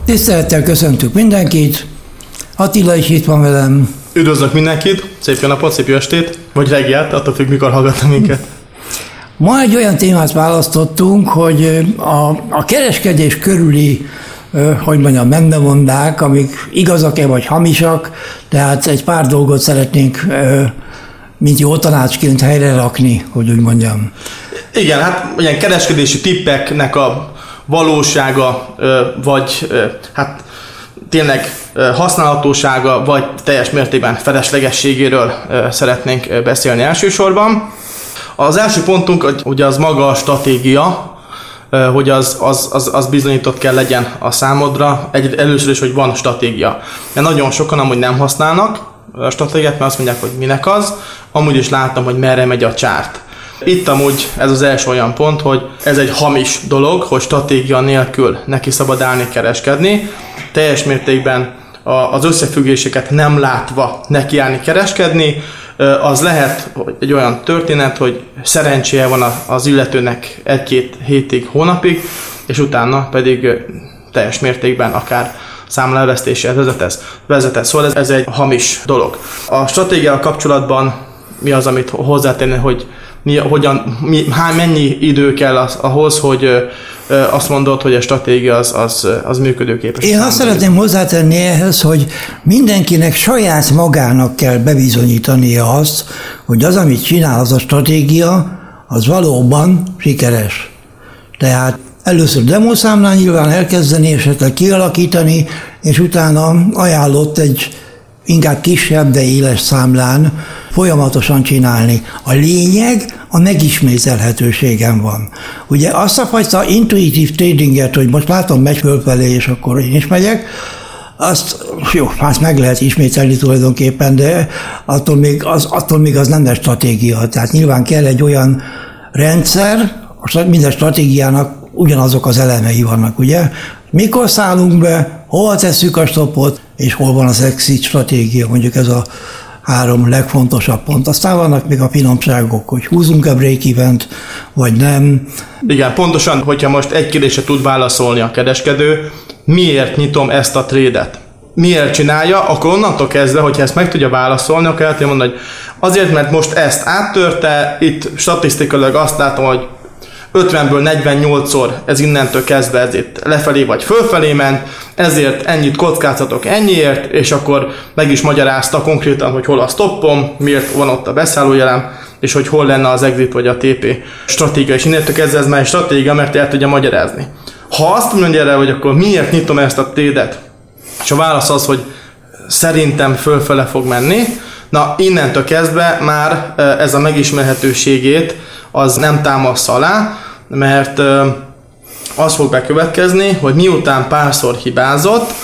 Tisztelettel köszöntük mindenkit, Attila is itt van velem. Üdvözlök mindenkit, szép jó napot, szép jó estét, vagy reggelt, attól függ, mikor hallgatnak minket. Ma egy olyan témát választottunk, hogy a kereskedés körüli, mendemondák, amik igazak-e vagy hamisak, tehát egy pár dolgot szeretnénk, mint jó tanácsként helyre rakni, hogy úgy mondjam. Igen, hát ilyen kereskedési tippeknek a valósága, vagy hát tényleg használhatósága, vagy teljes mértékben feleslegességéről szeretnénk beszélni elsősorban. Az első pontunk ugye az maga a stratégia, hogy az bizonyított kell legyen a számodra. Először is, hogy van stratégia. Mert nagyon sokan amúgy nem használnak a stratégiát, mert azt mondják, hogy minek az. Amúgy is láttam, hogy merre megy a csárt. Itt amúgy ez az első olyan pont, hogy ez egy hamis dolog, hogy stratégia nélkül neki szabad állni kereskedni. Teljes mértékben az összefüggéseket nem látva nekiállni kereskedni. Az lehet egy olyan történet, hogy szerencséje van az illetőnek 1-2 hétig, hónapig, és utána pedig teljes mértékben akár számlaelvesztéshez vezet. Szóval ez egy hamis dolog. A stratégiával kapcsolatban mi az, amit hozzátenni, hogy mennyi idő kell ahhoz, hogy azt mondod, hogy a stratégia az működőképes. Én azt szeretném hozzátenni ehhez, hogy mindenkinek saját magának kell bebizonyítania azt, hogy az, amit csinál az a stratégia, az valóban sikeres. Tehát először demoszámlán nyilván elkezdeni, esetleg kialakítani, és utána ajánlott egy inkább kisebb, de éles számlán folyamatosan csinálni. A lényeg a megismételhetőségen van. Ugye azt a fajta intuitív tradinget, hogy most látom, megy fölfelé, és akkor én is megyek, azt meg lehet ismételni tulajdonképpen, de attól még az nem lesz stratégia. Tehát nyilván kell egy olyan rendszer, minden stratégiának ugyanazok az elemei vannak, ugye? Mikor szállunk be, hol tesszük a stopot, és hol van az exit stratégia, mondjuk ez a 3 legfontosabb pont. Aztán vannak még a finomságok, hogy húzunk-e break-event, vagy nem. Igen, pontosan, hogyha most egy kérdésre tud válaszolni a kereskedő, miért nyitom ezt a trédet? Miért csinálja, akkor onnantól kezdve, hogyha ezt meg tudja válaszolni, akkor el tudja mondani, hogy azért, mert most ezt áttörte, itt statisztikailag azt látom, hogy 50-ből 48-szor ez innentől kezdve ez itt lefelé vagy fölfelé ment, ezért ennyit kockázatok ennyiért, és akkor meg is magyarázta konkrétan, hogy hol a stoppom, miért van ott a beszállójelem, és hogy hol lenne az exit vagy a TP stratégia, és innentől kezdve ez már egy stratégia, mert el tudja magyarázni. Ha azt mondja erre, hogy akkor miért nyitom ezt a trédet, és a válasz az, hogy szerintem fölfele fog menni, na innentől kezdve már ez a megismerhetőségét az nem támaszza alá, mert az fog bekövetkezni, hogy miután párszor hibázott,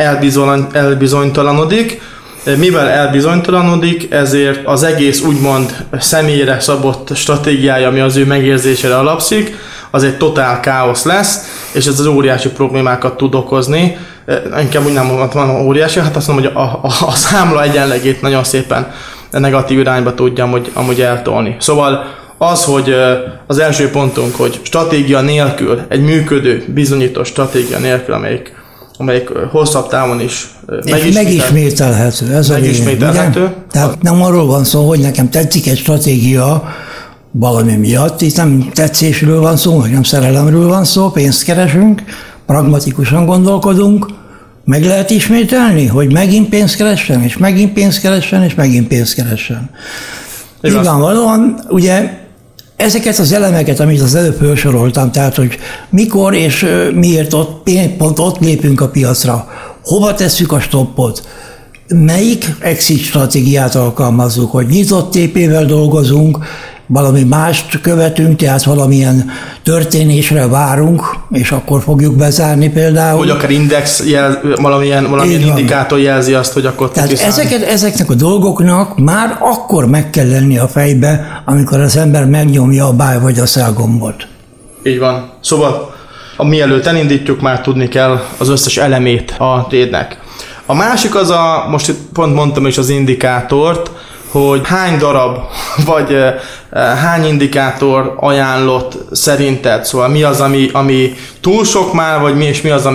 elbizonytalanodik. Mivel elbizonytalanodik, ezért az egész úgymond személyre szabott stratégiája, ami az ő megérzésére alapszik, az egy totál káosz lesz, és ez az óriási problémákat tud okozni. Inkább úgy nem mondom óriási, hát azt mondom, hogy a számla egyenlegét nagyon szépen negatív irányba tudja amúgy eltolni. Szóval az, hogy az első pontunk, hogy stratégia nélkül, egy bizonyító stratégia nélkül, amelyik hosszabb távon is megismételhető. Ez megismételhető. A lényeg, tehát nem arról van szó, hogy nekem tetszik egy stratégia valami miatt, itt nem tetszésről van szó, vagy nem szerelemről van szó, pénzt keresünk, pragmatikusan gondolkodunk, meg lehet ismételni, hogy megint pénzt keressen, és megint pénzt keressen, és megint pénzt keressen. Nyilvánvalóan, ugye ezeket az elemeket, amit az előbb felsoroltam, tehát hogy mikor és miért pont ott lépünk a piacra, hova tesszük a stoppot, melyik exit stratégiát alkalmazzuk, hogy nyitott TP-vel dolgozunk, valami mást követünk, tehát valamilyen történésre várunk, és akkor fogjuk bezárni például. Hogy akár index valamilyen indikátor jelzi azt, hogy akkor tehát ezeknek a dolgoknak már akkor meg kell lenni a fejbe, amikor az ember megnyomja a buy vagy a sell gombot. Így van. Szóval mielőtt elindítjuk, már tudni kell az összes elemét a trade-nek. A másik az most itt pont mondtam is az indikátort, hogy hány darab, vagy hány indikátor ajánlott szerinted, szóval mi az, ami túl sok már, vagy mi az, ami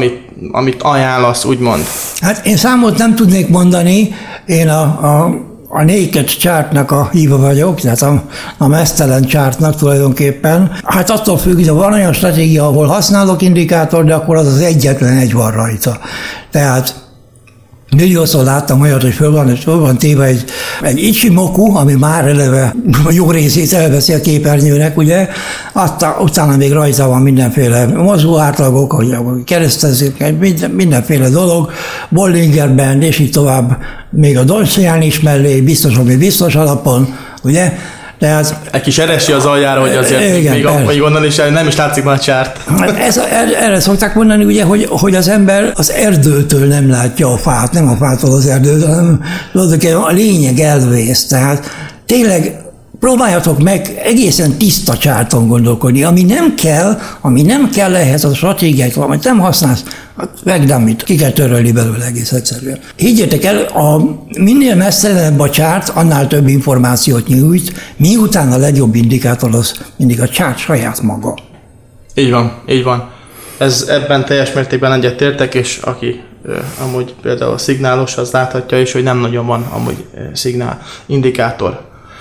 amit ajánlasz, úgymond? Hát én számot nem tudnék mondani, én a naked chartnak a híva vagyok, tehát a meztelen chartnak tulajdonképpen. Hát attól függ, hogy van olyan stratégia, ahol használok indikátor, de akkor az egyetlen egy van rajta. Tehát milliószor láttam olyat, hogy föl van téve egy Ichimoku, ami már eleve jó részét elveszi a képernyőnek, ugye, utána még rajta van mindenféle mozgó átlagok, hogy keresztezik, mindenféle dolog, Bollinger Band, és így tovább, még a Donchian is mellé, biztos, ami biztos alapon, ugye, tehát, egy kis eresi az aljára, hogy azért igen, még onnan is nem is látszik már a csárt. Erre szokták mondani, ugye, hogy az ember az erdőtől nem látja a fát, nem a fától az erdőt, hanem a lényeg elvész. Tehát tényleg próbáljatok meg egészen tiszta csárton gondolkodni, ami nem kell ehhez a stratégiát, amit nem használsz, megdamít, ki kell törölni belőle egész egyszerűen. Higgyétek el, minél messzelenebb a csárt, annál több információt nyújt, miután a legjobb indikátor az mindig a csárt saját maga. Így van. Ebben teljes mértékben egyetértek, és aki amúgy például szignálos, az láthatja is, hogy nem nagyon van amúgy szignál indikátor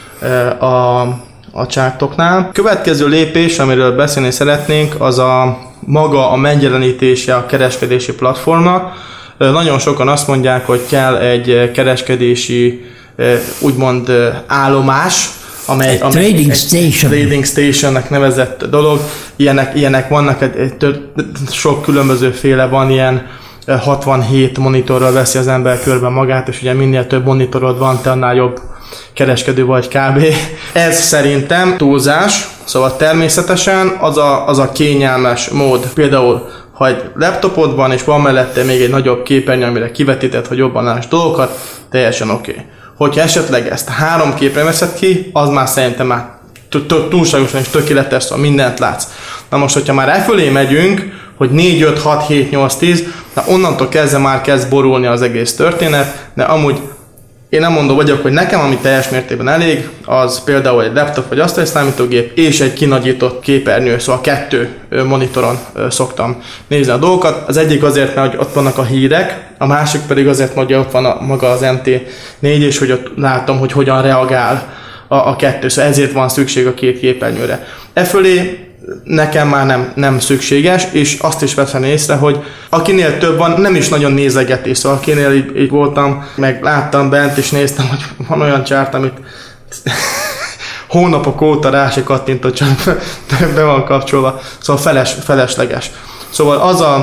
a csártoknál. Következő lépés, amiről beszélni szeretnénk, az maga a megjelenítése a kereskedési platformnak. Nagyon sokan azt mondják, hogy kell egy kereskedési úgymond állomás, amely trading stationnek nevezett dolog. Ilyenek vannak, sok különbözőféle van ilyen, 67 monitorral veszi az ember körbe magát, és ugye minél több monitorod van, te annál jobb kereskedő vagy kb. Ez szerintem túlzás, szóval természetesen az a kényelmes mód. Például, ha egy laptopod van, és van mellette még egy nagyobb képernyő, amire kivetíted, hogy jobban láss dolgokat, teljesen oké. Hogyha esetleg ezt 3 képre veszed ki, az már szerintem már túlságosan és tökéletes, szóval mindent látsz. Na most, hogyha már elfölé megyünk, hogy 4, 5, 6, 7, 8, 10, na onnantól kezdve már kezd borulni az egész történet, de amúgy én nem mondó vagyok, hogy nekem, ami teljes mértékben elég, az például egy laptop vagy asztali számítógép és egy kinagyított képernyő, szóval 2 monitoron szoktam nézni a dolgokat. Az egyik azért, mert ott vannak a hírek, a másik pedig azért, hogy ott van maga az MT4, és hogy ott látom, hogy hogyan reagál a 2, szóval ezért van szükség a 2 képernyőre. Efölé nekem már nem szükséges, és azt is veszem észre, hogy akinél több van, nem is nagyon nézegetés, szóval akinél így voltam, meg láttam bent, és néztem, hogy van olyan csárt, amit hónapok óta rá se kattintott, csak be van kapcsolva, szóval felesleges. Szóval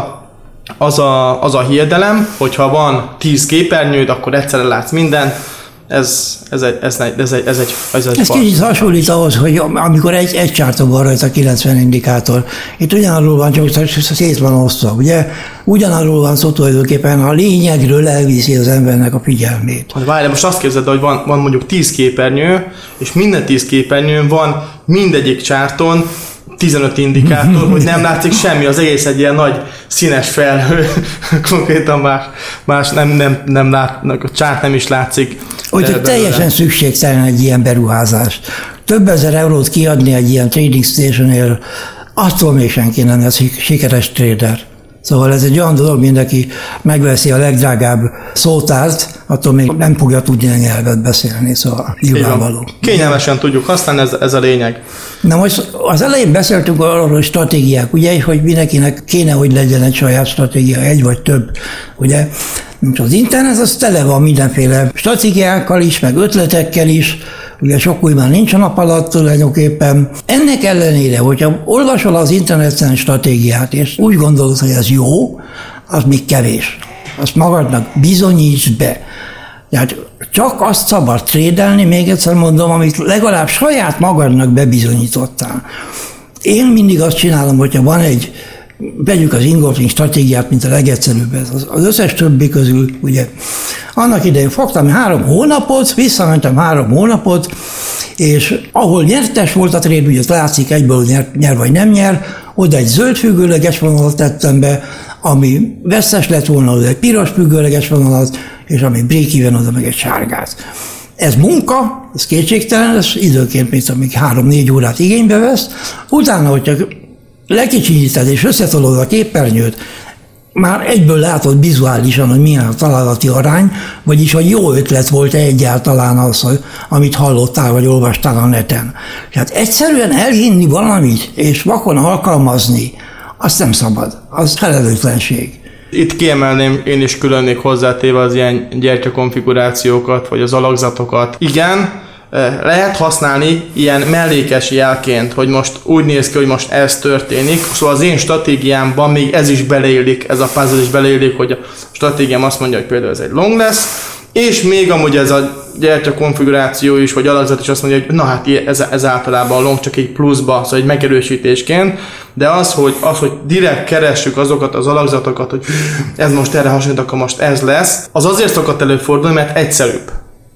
az a hiedelem, hogyha van 10 képernyőd, akkor egyszerre látsz mindent. Ez kicsit hasonlít ahhoz, hogy amikor egy csárton van rajta 90 indikátor, itt ugyanarról van, csak szét van osztva, ugye? Ugyanarról van szó tulajdonképpen, a lényegről elviszi az embernek a figyelmét. Várj, most azt képzeld, hogy van mondjuk 10 képernyő, és minden 10 képernyőn van mindegyik csárton 15 indikátor, hogy nem látszik semmi, az egész egy ilyen nagy színes felhő, konkrétan más nem látnak, a csárt nem is látszik. Úgyhogy teljesen szükségtelen egy ilyen beruházás. Több ezer eurót kiadni egy ilyen trading stationért, attól még senki nem lesz sikeres trader. Szóval ez egy olyan dolog, mindenki megveszi a legdrágább szótárt, attól még nem fogja tudni a nyelvet beszélni, szóval nyilvánvaló. Kényelmesen tudjuk használni, ez a lényeg. Na most az elején beszéltünk arról, hogy stratégiák, ugye, hogy mindenkinek kéne, hogy legyen egy saját stratégia, egy vagy több, ugye. Az internet az tele van mindenféle stratégiákkal is, meg ötletekkel is, ugye sok új már nincs a nap alatt tulajdonképpen. Ennek ellenére, hogyha olvasol az interneten stratégiát, és úgy gondolod, hogy ez jó, az még kevés. Azt magadnak bizonyíts be. Tehát csak azt szabad trédelni, még egyszer mondom, amit legalább saját magadnak bebizonyítottál. Én mindig azt csinálom, hogyha van vegyük az ingolfing stratégiát, mint a legegyszerűbb, az összes többi közül, ugye. Annak idején fogtam 3 hónapot, visszamentem 3 hónapot, és ahol nyertes volt a trade, ugye látszik egyből, hogy nyer vagy nem nyer, oda egy zöld függőleges vonalat tettem be, ami vesztes lett volna, oda egy piros függőleges vonalat, és ami break-even, oda meg egy sárgát. Ez munka, ez kétségtelen, ez időként még 3-4 órát igénybe vesz, utána, hogyha lekicsinyíted és összetolod a képernyőt, már egyből látod vizuálisan, hogy milyen a találati arány, vagyis hogy jó ötlet volt egyáltalán az, amit hallottál, vagy olvastál a neten. Tehát egyszerűen elhinni valamit, és vakon alkalmazni, azt nem szabad. Az felelőtlenség. Itt kiemelném én is különnék hozzátéve az ilyen gyertyakonfigurációkat, vagy az alakzatokat. Igen, lehet használni ilyen mellékes jelként, hogy most úgy néz ki, hogy most ez történik. Szóval az én stratégiámban még ez is beleillik, ez a puzzle is beleillik, hogy a stratégiám azt mondja, hogy például ez egy long lesz, és még amúgy ez a gyertya konfiguráció is, vagy alakzat is azt mondja, hogy na hát ez általában a long csak egy pluszba, szóval egy megerősítésként, de az, hogy direkt keressük azokat az alakzatokat, hogy ez most erre hasonlít, akkor most ez lesz, az azért szokott előfordulni, mert egyszerűbb.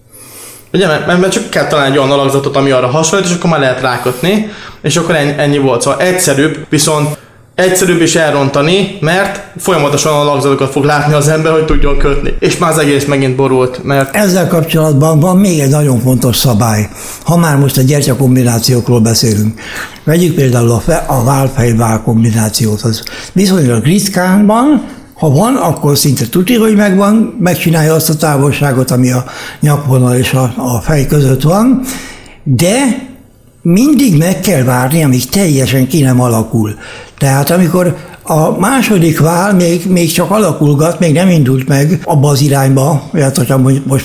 Ugye, mert csak kell találni egy olyan alakzatot, ami arra hasonlít, és akkor már lehet rákötni, és akkor ennyi volt. Szóval egyszerűbb, viszont egyszerűbb is elrontani, mert folyamatosan alakzatokat fog látni az ember, hogy tudjon kötni. És már az egész megint borult, mert... Ezzel kapcsolatban van még egy nagyon fontos szabály. Ha már most a gyertyakombinációkról beszélünk. Vegyük például a válfej-vál kombinációt. Az viszonylag ritkán van, ha van, akkor szinte tudja, hogy megvan, megcsinálja azt a távolságot, ami a nyakvonal és a fej között van, de mindig meg kell várni, amíg teljesen ki nem alakul. Tehát amikor a második vál még csak alakulgat, még nem indult meg abba az irányba, tehát hogyha most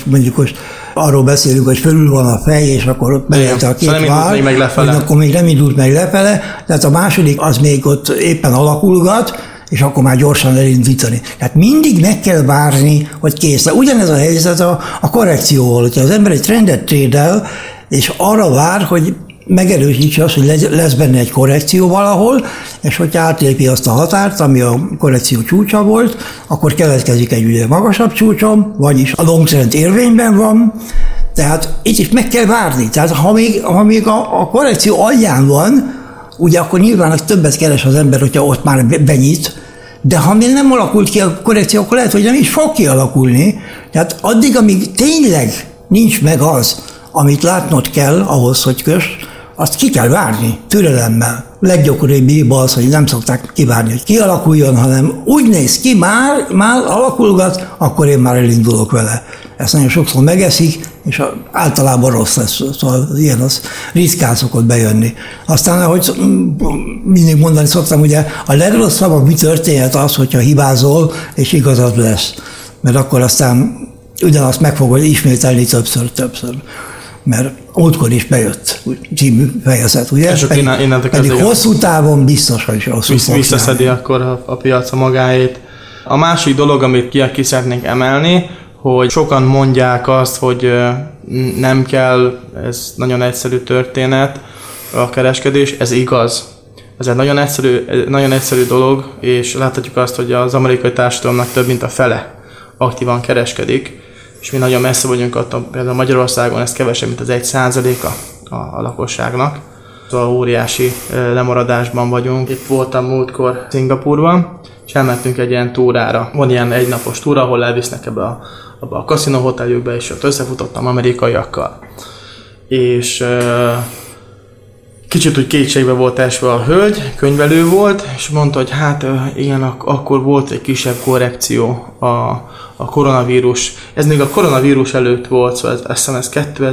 arról beszélünk, hogy fölül van a fej, és akkor belélte a két vál, akkor még nem indult meg lefele, tehát a második az még ott éppen alakulgat, és akkor már gyorsan elindítani. Tehát mindig meg kell várni, hogy kész. De ugyanez a helyzet a korrekcióval, hogyha az ember egy trendet trédel, és arra vár, hogy megerősítse azt, hogy lesz benne egy korrekció valahol, és hogyha átlépi azt a határt, ami a korrekció csúcsa volt, akkor keletkezik egy ugye magasabb csúcsom, vagyis a long trend érvényben van, tehát itt is meg kell várni. Tehát ha még a korrekció alján van, ugye akkor nyilván többet keres az ember, hogyha ott már benyit, de ha még nem alakult ki a korrekció, akkor lehet, hogy nem is fog kialakulni. Tehát addig, amíg tényleg nincs meg az, amit látnod kell ahhoz, hogy köss, azt ki kell várni, türelemmel. Leggyakoribb hiba az, hogy nem szokták kivárni, hogy kialakuljon, hanem úgy néz ki, már alakulgat, akkor én már elindulok vele. Ezt nagyon sokszor megeszik, és általában rossz lesz, szóval ilyen az ritkán szokott bejönni. Aztán, ahogy mindig mondani szoktam, ugye a legrosszabb, ami történhet az, hogyha hibázol, és igazad lesz. Mert akkor aztán ugyanazt meg fogod ismételni többször. Mert múltkor is bejött című fejezet, ugye? És pedig hosszú távon biztos, hogy rosszul fog visszaszedi akkor a piac a magáét. A másik dolog, amit ki szeretnénk emelni, hogy sokan mondják azt, hogy nem kell, ez nagyon egyszerű történet, a kereskedés, ez igaz. Ez egy nagyon egyszerű dolog, és láthatjuk azt, hogy az amerikai társadalomnak több mint a fele aktívan kereskedik, és mi nagyon messze vagyunk attól, például Magyarországon ez kevesebb, mint az 1%-a a lakosságnak. Szóval óriási lemaradásban vagyunk. Itt voltam múltkor Szingapúrban, és elmentünk egy ilyen túrára. Van ilyen egynapos túra, ahol elvisznek abba a kaszinó hoteljükbe, és ott összefutottam amerikaiakkal. És kicsit úgy kétségbe volt esve a hölgy, könyvelő volt, és mondta, hogy hát igen, akkor volt egy kisebb korrekció a koronavírus. Ez még a koronavírus előtt volt, szóval azt hiszem ez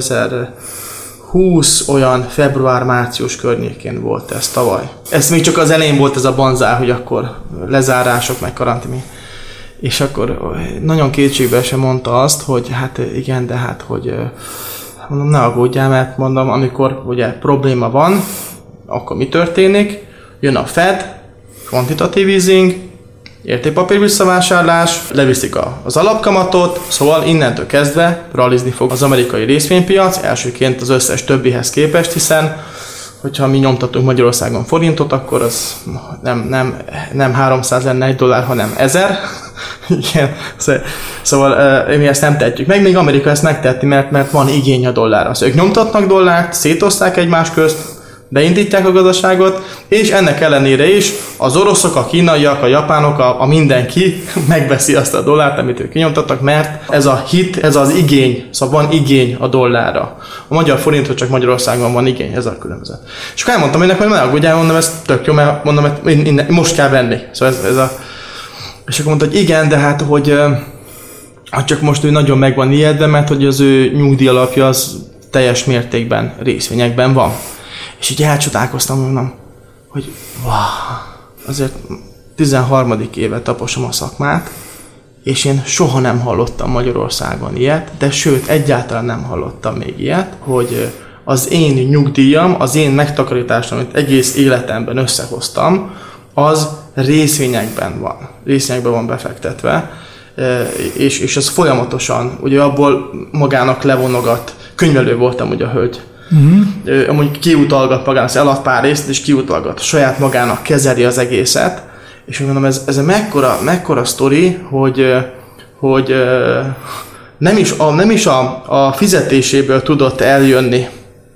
2020 olyan február-március környékén volt ez tavaly. Ez még csak az elején volt ez a banzár, hogy akkor lezárások, meg karantén. És akkor nagyon kétségbe sem mondta azt, hogy hát igen, de hát, hogy mondom, ne aggódjál, mert mondom, amikor ugye probléma van, akkor mi történik? Jön a Fed, quantitative easing, értékpapír visszavásárlás, leviszik az alapkamatot, szóval innentől kezdve rallizni fog az amerikai részvénypiac, elsőként az összes többihez képest, hiszen hogyha mi nyomtatunk Magyarországon forintot, akkor az nem 300 lenne $1, hanem 1000. Igen. Szóval mi ezt nem tehetjük meg, még Amerika ezt megteheti, mert van igény a dollárra. Szóval ők nyomtatnak dollárt, szétoszták egymás közt, beindítják a gazdaságot, és ennek ellenére is az oroszok, a kínaiak, a japánok, a mindenki megveszi azt a dollárt, amit ők kinyomtattak, mert ez a hit, ez az igény, szóval van igény a dollárra. A magyar forintot csak Magyarországon van igény, ez a különbözet. És akkor elmondtam ennek, hogy ne aggódjál, mondom, ez tök jó, mert mondom, hogy most kell venni. Szóval ez És akkor mondta, hogy igen, de hát, hogy csak most ő nagyon meg van ijedve, mert hogy az ő nyugdíj alapja az teljes mértékben részvényekben van. És így elcsodálkoztam, mondom, hogy azért 13. éve taposom a szakmát, és én soha nem hallottam Magyarországon ilyet, de sőt, egyáltalán nem hallottam még ilyet, hogy az én nyugdíjam, az én megtakarításom, amit egész életemben összehoztam, az részvényekben van befektetve, és ez folyamatosan, ugye abból magának levonogat. Könyvelő voltam ugye a hölgy. Amúgy kiutalgat magának, az elad pár részt, és kiutalgat, saját magának kezeli az egészet, és mondom, ez mekkora sztori, hogy nem is a fizetéséből tudott eljönni,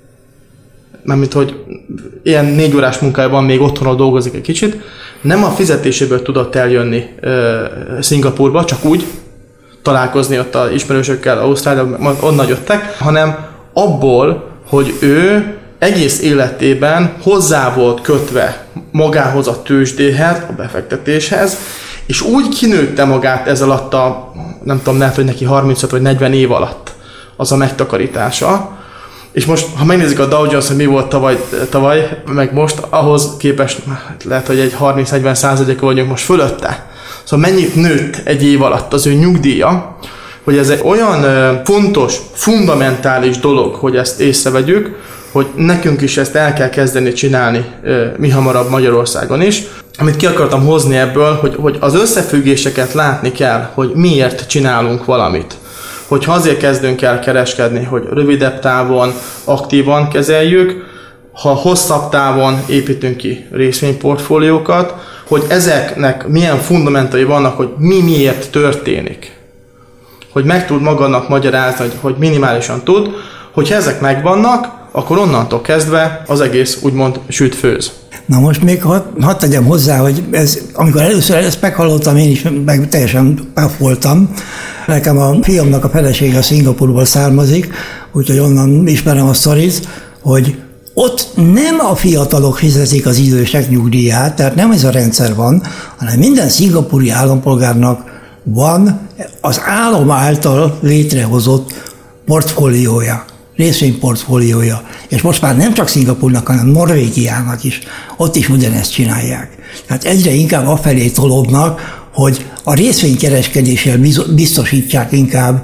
mármint, hogy ilyen 4 órás munkájában még otthonról dolgozik egy kicsit, nem a fizetéséből tudott eljönni Szingapúrba, csak úgy találkozni ott az ismerősökkel, Ausztráliában, onnan jöttek, hanem abból, hogy ő egész életében hozzá volt kötve magához a tőzsdéhez, a befektetéshez, és úgy kinőtte magát ez alatt nem tudom, lehet, hogy neki 35 vagy 40 év alatt az a megtakarítása. És most, ha megnézzük a Dow Jones, hogy mi volt tavaly, meg most, ahhoz képest lehet, hogy egy 30-40%-a vagyunk most fölötte. Szóval mennyit nőtt egy év alatt az ő nyugdíja, hogy ez egy olyan fontos, fundamentális dolog, hogy ezt észrevegyük, hogy nekünk is ezt el kell kezdeni csinálni mi hamarabb Magyarországon is. Amit ki akartam hozni ebből, hogy az összefüggéseket látni kell, hogy miért csinálunk valamit. Hogyha azért kezdünk el kereskedni, hogy rövidebb távon aktívan kezeljük, ha hosszabb távon építünk ki részvényportfóliókat, hogy ezeknek milyen fundamentai vannak, hogy miért történik. Hogy meg tud magadnak magyarázni, hogy minimálisan tud, hogyha ezek megvannak, akkor onnantól kezdve az egész úgymond süt-főz. Na most még hadd tegyem hozzá, hogy amikor először ezt meghallottam, én is meg teljesen páf voltam. Nekem a fiamnak a felesége a Szingapúrból származik, úgyhogy onnan ismerem a sztorit, hogy ott nem a fiatalok fizetik az idősek nyugdíját, tehát nem ez a rendszer van, hanem minden szingapúri állampolgárnak van az állam által létrehozott portfóliója, részvényportfóliója. És most már nem csak Szingapúrnak, hanem Norvégiának is, ott is ugyanezt csinálják. Tehát egyre inkább afelé tolódnak, hogy a részvénykereskedéssel biztosítják inkább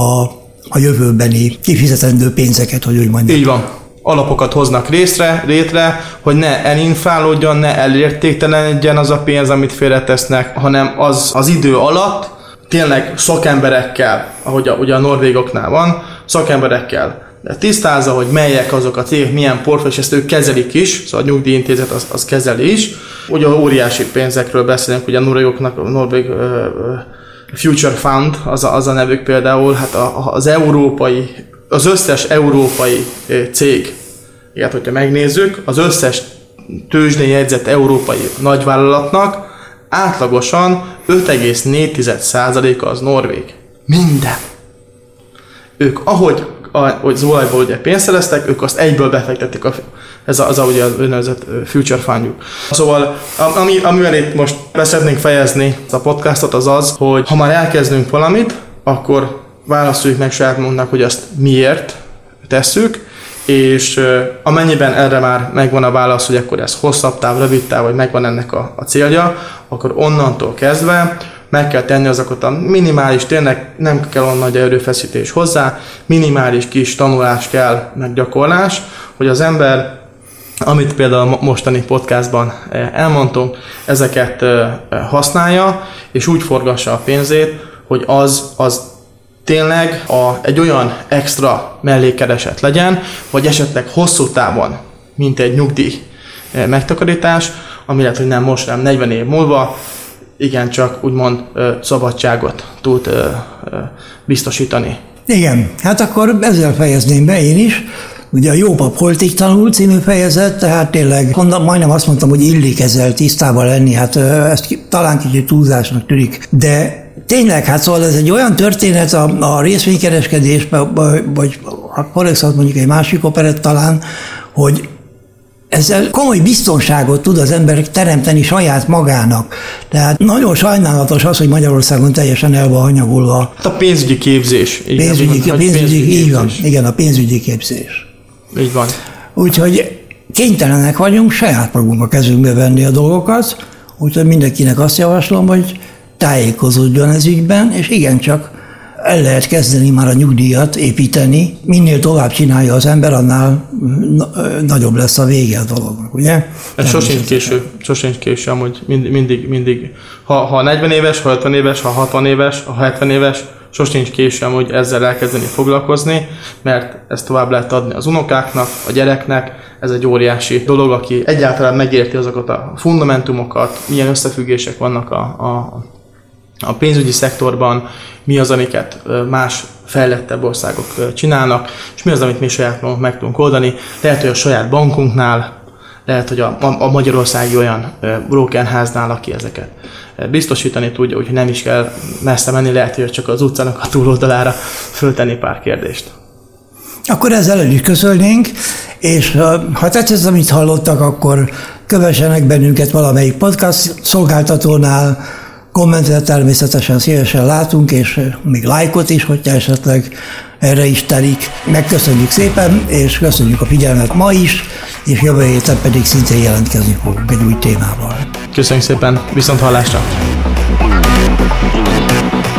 a jövőbeni kifizetendő pénzeket, hogy úgy mondjam. Így van. Alapokat hoznak létre, hogy ne elinflálódjon, ne elértéktelenedjen az a pénz, amit félretesznek, hanem az idő alatt tényleg szakemberekkel, ahogy ugye a norvégoknál van, szakemberekkel tisztázza, hogy melyek azok a cégek, milyen portfólió, és ezt ők kezelik is, szóval a nyugdíjintézet az kezeli is. Ugye óriási pénzekről beszélünk, ugye a norvégoknak, a Norvég Future Fund, az a nevük például, hát az összes európai cég, igen, hogyha megnézzük, az összes tőzsdén jegyzett európai nagyvállalatnak átlagosan 5,4%-a az norvég. Minden. Ők, ahogy az olajból ugye pénzt szereztek, ők azt egyből befektették, ez az ugye az úgynevezett future fundjuk. Szóval, amivel itt most be szeretnénk fejezni a podcastot, az, hogy ha már elkezdünk valamit, akkor válaszoljuk meg saját magunknak, hogy azt miért tesszük, és amennyiben erre már megvan a válasz, hogy akkor ez hosszabb táv, rövid táv, vagy megvan ennek a célja, akkor onnantól kezdve meg kell tenni azokat a minimális, tényleg nem kell olyan nagy erőfeszítés hozzá, minimális kis tanulás kell, meg gyakorlás, hogy az ember, amit például a mostani podcastban elmondtunk, ezeket használja, és úgy forgassa a pénzét, hogy az tényleg egy olyan extra mellékkereset legyen, vagy esetleg hosszú távon, mint egy nyugdíj megtakarítás, ami lehet, hogy nem most, nem 40 év múlva, igencsak úgymond szabadságot tud biztosítani. Igen, hát akkor ezzel fejezném be én is. Ugye a Jó pap holtig tanul című fejezet, tehát tényleg majdnem azt mondtam, hogy illik ezzel tisztában lenni, hát ezt talán kicsit túlzásnak tűnik, de tényleg, hát szóval ez egy olyan történet a részvénykereskedésben, vagy a Forexot mondjuk egy másik operett talán, hogy Ezzel komoly biztonságot tud az ember teremteni saját magának. Tehát nagyon sajnálatos az, hogy Magyarországon teljesen el van hanyagolva. A pénzügyi képzés. Így van. Igen, a pénzügyi képzés. Így van. Úgyhogy kénytelenek vagyunk saját magunkba kezünkbe venni a dolgokat, úgyhogy mindenkinek azt javaslom, hogy tájékozódjon ez ügyben, és igencsak el lehet kezdeni már a nyugdíjat építeni. Minél tovább csinálja az ember, annál nagyobb lesz a vége a dolognak, ugye? Ez sosincs késő, amúgy mindig. Ha 40 éves, ha 50 éves, ha 60 éves, ha 70 éves, sosincs késő, hogy ezzel elkezdeni foglalkozni, mert ezt tovább lehet adni az unokáknak, a gyereknek. Ez egy óriási dolog, aki egyáltalán megérti azokat a fundamentumokat, milyen összefüggések vannak a pénzügyi szektorban, mi az, amiket más fejlettebb országok csinálnak, és mi az, amit mi saját magunk meg tudunk oldani. Lehet, hogy a saját bankunknál, lehet, hogy a magyarországi olyan brokerháznál, aki ezeket biztosítani tudja, úgyhogy nem is kell messze menni, lehet, hogy csak az utcának a túloldalára föltenni pár kérdést. Akkor ezzel el is köszönnénk, és ha tetszett, amit hallottak, akkor kövessenek bennünket valamelyik podcast szolgáltatónál, kommentet természetesen szívesen látunk, és még lájkot is, hogyha esetleg erre is telik. Megköszönjük szépen, és köszönjük a figyelmet ma is, és jövő héten pedig szintén jelentkezni fogunk egy új témával. Köszönjük szépen, viszont hallásra!